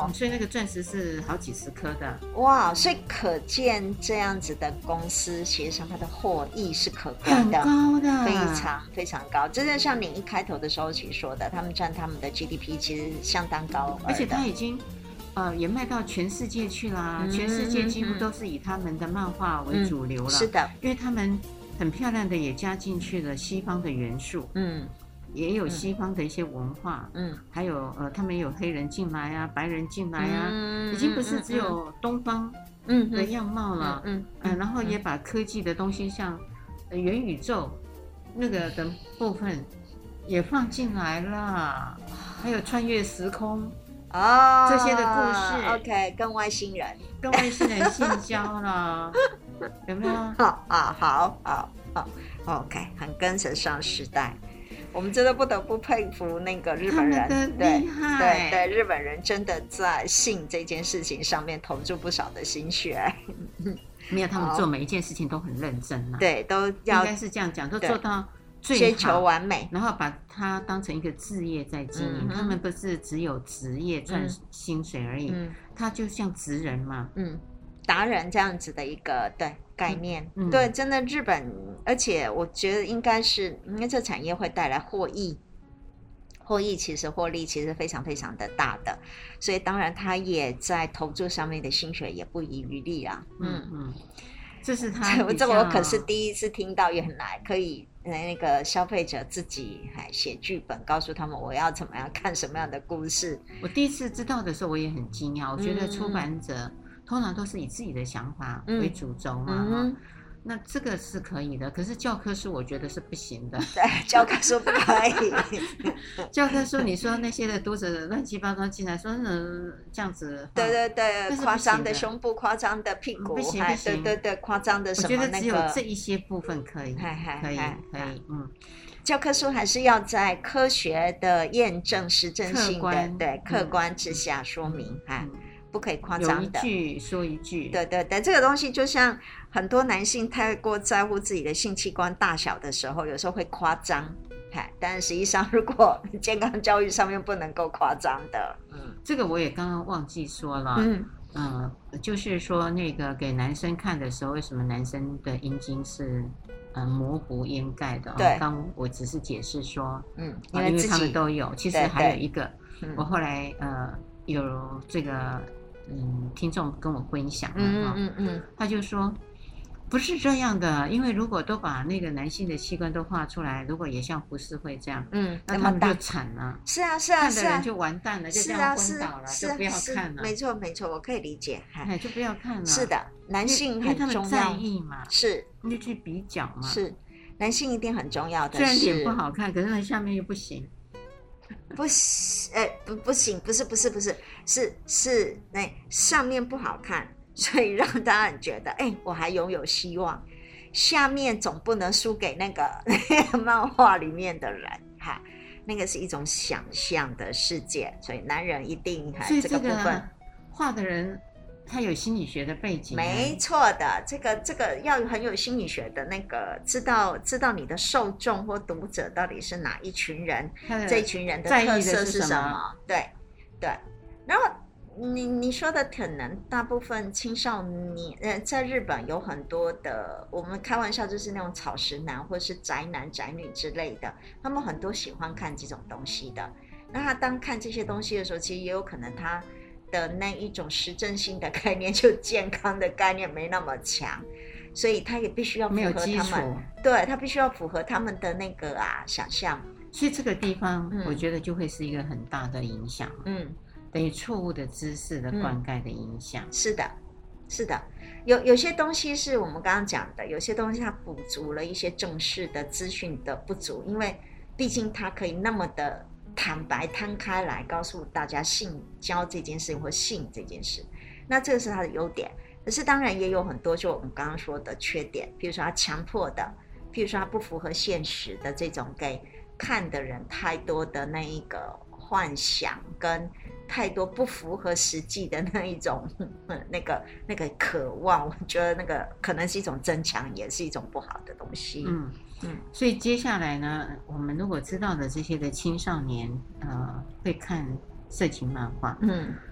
哦， 所以那个钻石是好几十颗的。 哇，所以可见这样子的公司，其实上它的获益是可观很的， 高的， 非常非常高。真的像你一开头的时候其实说的，他们占他们的 G D P 其实相当高， 而且它已经呃也卖到全世界去啦，嗯、全世界几乎都是以他们的漫画为主流了、嗯。 是的， 因为他们很漂亮的也加进去了西方的元素，嗯。也有西方的一些文化，嗯，还有呃，他们有黑人进来啊，白人进来啊，嗯、已经不是只有东方的样貌了，嗯嗯、呃，然后也把科技的东西像、呃、元宇宙那个的部分也放进来了，还有穿越时空哦这些的故事 ，OK， 跟外星人跟外星人性交了，有没有？ 好啊，好好好 ，OK， 很跟得上时代。我们真的不得不佩服那个日本人， 对对对，日本人真的在性这件事情上面投注不少的心血。 没有，他们做每一件事情都很认真啊， 对，都要应该是这样讲，都做到最好， 追求完美， 然后把它当成一个事业在经营。嗯、他们不是只有职业赚薪水而已，嗯、他就像职人嘛， 嗯，达人这样子的一个对。概念、嗯、对，真的日本，而且我觉得应该是，因为这产业会带来获益，获益其实获利其实非常非常的大的，所以当然他也在投注上面的心血也不遗余力啊。嗯嗯， 这是他这我可是第一次听到，原来可以那个消费者自己还写剧本，告诉他们我要怎么样看什么样的故事。 我第一次知道的时候，我也很惊讶，我觉得出版者、嗯。通常都是以自己的想法为主轴嘛、嗯，那这个是可以的。可是教科书我觉得是不行的。 对，教科书不可以。 教科书你说那些的读者乱七八糟进来说，嗯，这样子。 对对对，夸张的胸部，夸张的屁股， 不行不行。 对对对，夸张的什么、那个？ 我觉得只有这一些部分可以，可以可以，嗯。 教科书还是要在科学的验证、实证性的对客观之下说明，哈、嗯。不可以夸张的， 有一句说一句。 对对对，这个东西就像很多男性太过在乎自己的性器官大小的时候，有时候会夸张，但实际上如果健康教育上面不能够夸张的， 嗯，这个我也刚刚忘记说了，嗯嗯、呃，就是说那个给男生看的时候，为什么男生的阴茎是呃模糊掩盖的？ 对， 刚我只是解释说，嗯，因为, 因为他们都有，其实还有一个，我后来呃有这个。嗯，听众跟我分享了，嗯嗯嗯，他就说不是这样的，因为如果都把那个男性的器官都画出来，如果也像胡适会这样，嗯，那他们就惨了。 是啊是啊是啊， 看的人就完蛋了，就这样昏倒了， 是啊、 就不要看了。 没错没错，我可以理解， 哎，就不要看了。 是的，男性很重要， 因为他们在意嘛， 是， 你就去比较嘛， 是，男性一定很重要的， 虽然脸不好看，可是那下面又不行。 不行，呃，不不行，不是不是不是，是是那上面不好看，所以让大家觉得，哎，我还拥有希望。下面总不能输给那个那个漫画里面的人，哈，那个是一种想象的世界，所以男人一定哈这个部分画的人。他有心理学的背景， 没错的，这个这个要很有心理学的那个，知道知道你的受众或读者到底是哪一群人，这一群人的特色是什么？对对。然后你你说的可能大部分青少年，呃，在日本有很多的，我们开玩笑就是那种草食男或是宅男宅女之类的，他们很多喜欢看这种东西的。那他当看这些东西的时候，其实也有可能他的那一种实证性的概念，就健康的概念没那么强，所以他也必须要符合他们，对，他必须要符合他们的那个啊想象。 所以这个地方，我觉得就会是一个很大的影响，嗯，等于错误的知识的灌溉的影响。 嗯、是的，是的，有有些东西是我们刚刚讲的，有些东西它补足了一些正式的资讯的不足，因为毕竟它可以那么的坦白摊开来告诉大家性交这件事或性这件事，那这个是它的优点。可是当然也有很多就我们刚刚说的缺点，比如说它强迫的，比如说它不符合现实的这种给看的人太多的那一个幻想，跟太多不符合实际的那一种那个那个渴望，我觉得那个可能是一种增强，也是一种不好的东西。嗯嗯，所以接下来呢，我们如果知道的这些的青少年呃会看色情漫画，嗯，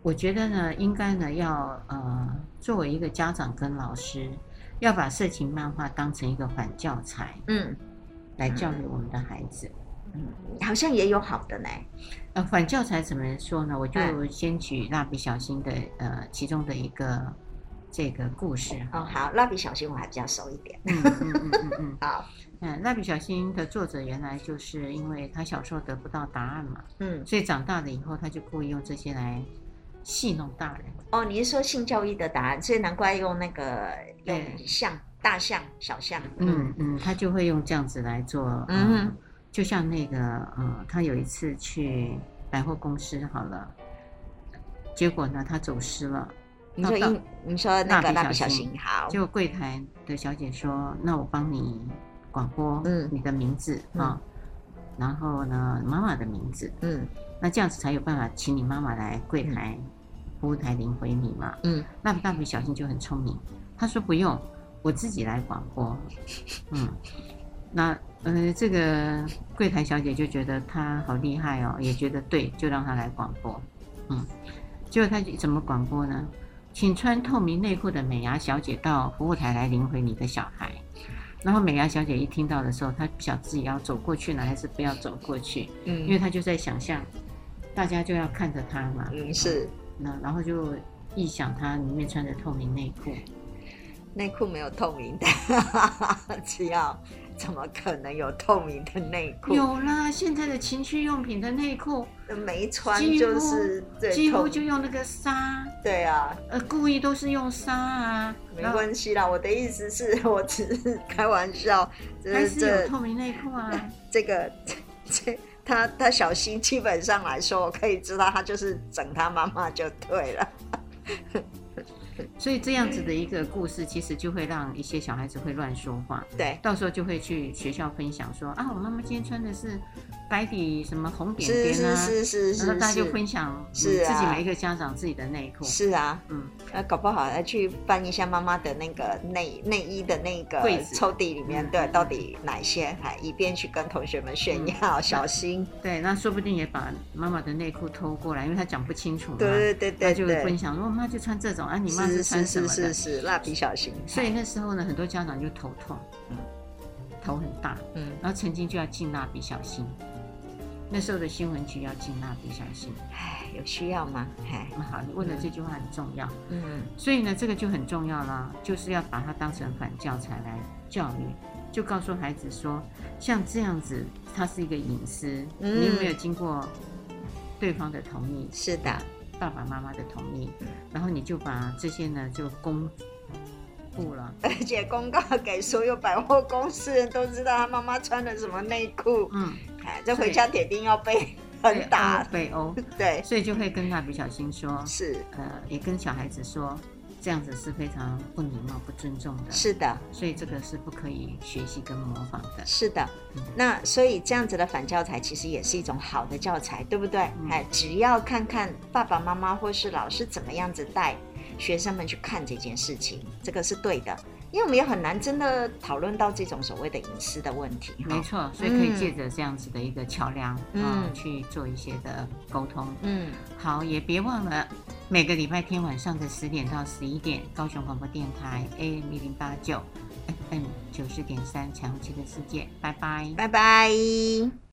我觉得呢，应该呢要呃，作为一个家长跟老师，要把色情漫画当成一个反教材， 嗯， 来教育我们的孩子。 嗯，好像也有好的呢。 呃，反教材怎么说呢？我就先举蜡笔小新的呃其中的一个这个故事。 哦，好，蜡笔小新我还比较熟一点。 嗯嗯嗯嗯嗯， 好。 嗯，蜡笔小新的作者原来就是因为他小时候得不到答案嘛， 嗯， 所以长大了以后他就故意用这些来戏弄大人。 哦，你是说性教育的答案，所以难怪用那个用象、大象、小象。 嗯嗯，他就会用这样子来做。嗯。呃就像那个，呃，他有一次去百货公司好了，结果呢，他走失了。 你说你你说那个蜡笔小新，好， 结果柜台的小姐说：“那我帮你广播， 嗯， 你的名字啊，嗯、然后呢，妈妈的名字， 嗯， 那这样子才有办法请你妈妈来柜台、嗯、服务台领回你嘛。 嗯， 那蜡笔小新就很聪明，他说不用，我自己来广播，嗯。”那呃，这个柜台小姐就觉得他好厉害哦，也觉得对，就让他来广播。嗯，结果他怎么广播呢？请穿透明内裤的美牙小姐到服务台来领回你的小孩。然后美牙小姐一听到的时候，她不晓得自己要走过去呢，还是不要走过去。嗯，因为她就在想象，大家就要看着她嘛。 嗯，是。 那然后就臆想她里面穿着透明内裤。 内裤没有透明的，只要。怎么可能有透明的内裤？ 有啦，现在的情趣用品的内裤没穿就是几乎就用那个纱。 对啊， 呃，故意都是用纱啊。 没关系啦，我的意思是我只是开玩笑。 还是有透明内裤啊。 这个这他他小新基本上来说，我可以知道他就是整他妈妈就对了。 所以这样子的一个故事，其实就会让一些小孩子会乱说话。 对， 到时候就会去学校分享说啊，我妈妈今天穿的是白底什么红点点啊， 是是是是， 然后大家就分享是、啊、自己每一个家长自己的内裤。 是啊，嗯，那搞不好要去翻一下妈妈的那个内内衣的那个抽屉里面，对，到底哪些，还以便去跟同学们炫耀，嗯、小心。 对，那说不定也把妈妈的内裤偷过来，因为他讲不清楚嘛。 对对对对， 他就会分享说，我妈就穿这种啊，你妈是穿什么的？ 是是是是，蜡笔小新。 所以那时候呢，很多家长就头痛，嗯，头很大，嗯，然后曾经就要进蜡笔小新。那时候的新闻局要进蜡笔小新， 哎，有需要吗？哎， 好，你问的这句话很重要，嗯，所以呢，这个就很重要啦，就是要把它当成反教材来教育，就告诉孩子说，像这样子，它是一个隐私，嗯、你有没有经过对方的同意？ 是的。 爸爸妈妈的同意，然后你就把这些呢就公布了， 而且公告给所有百货公司人都知道他妈妈穿了什么内裤。嗯，哎，这回家铁定要被很打被殴。 对， 所以就会跟蜡笔小新说， 是呃，也跟小孩子说，这样子是非常不礼貌、不尊重的。 是的， 所以这个是不可以学习跟模仿的。 是的，嗯、那所以这样子的反教材其实也是一种好的教材，对不对？哎、嗯，只要看看爸爸妈妈或是老师怎么样子带学生们去看这件事情，这个是对的。因为我们也很难真的讨论到这种所谓的隐私的问题。 没错，所以可以借着这样子的一个桥梁、嗯啊、去做一些的沟通。嗯，好，也别忘了每个礼拜天晚上的十点到十一点，高雄广播电台 A M 一零八九 F M 九十点三彩虹旗的世界，拜拜， 拜拜。